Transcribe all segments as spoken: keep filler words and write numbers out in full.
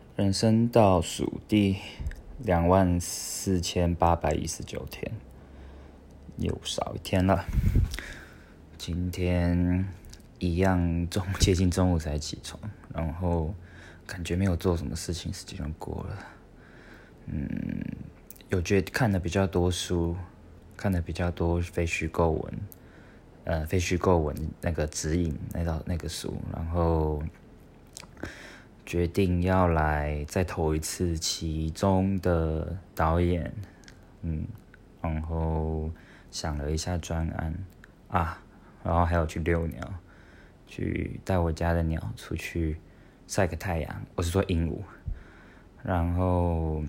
人生倒数第两万四千八百一十九天，又少一天了。今天一样中接近中午才起床，然后感觉没有做什么事情，时间就过了。嗯，有觉得看的比较多书，看的比较多非虚构文，呃，非虚构文那个指引那道那个书，然后决定要来再投一次其中的导演，嗯，然后想了一下专案啊，然后还有去遛鸟，去带我家的鸟出去晒个太阳，我是说鹦鹉，然后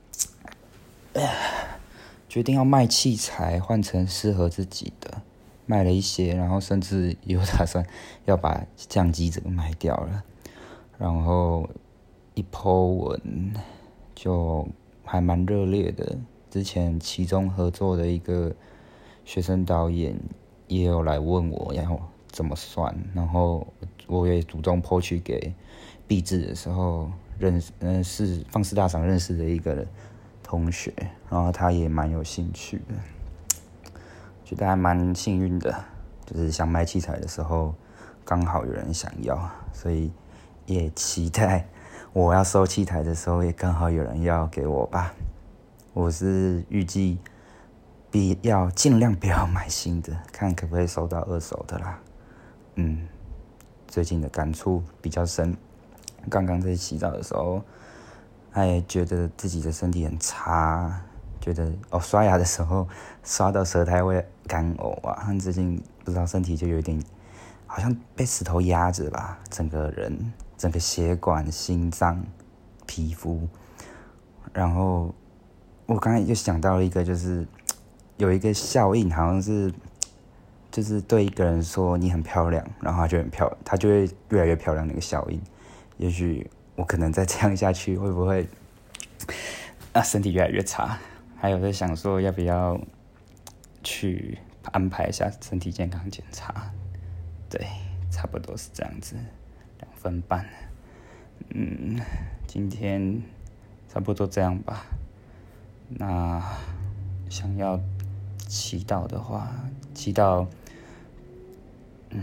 决定要卖器材，换成适合自己的，卖了一些，然后甚至有打算要把相机整个卖掉了。然后一 po 文就还蛮热烈的，之前其中合作的一个学生导演也有来问我要怎么算，然后我也主动 po 去给毕制的时候认识认识放肆大赏认识的一个同学，然后他也蛮有兴趣的，觉得还蛮幸运的，就是想买器材的时候刚好有人想要，所以也期待我要收器材的时候，也刚好有人要给我吧。我是预计必要尽量不要买新的，看可不可以收到二手的啦。嗯，最近的感触比较深。刚刚在洗澡的时候，还觉得自己的身体很差，觉得哦刷牙的时候刷到舌苔会干呕啊。最近不知道身体就有点好像被石头压着吧，整个人。整个血管、心脏、皮肤，然后我刚才又想到了一个，就是有一个效应，好像是就是对一个人说你很漂亮，然后他就很漂亮，他就会越来越漂亮那个效应。也许我可能再这样下去，会不会啊身体越来越差？还有在想说要不要去安排一下身体健康检查？对，差不多是这样子。两分半，嗯，今天差不多这样吧。那想要祈祷的话，祈祷，嗯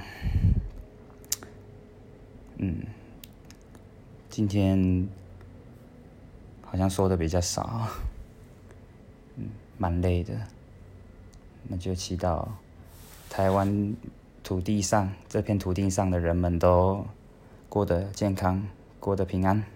嗯，今天好像说的比较少，嗯，蛮累的。那就祈祷台湾土地上这片土地上的人们都过得健康，过得平安。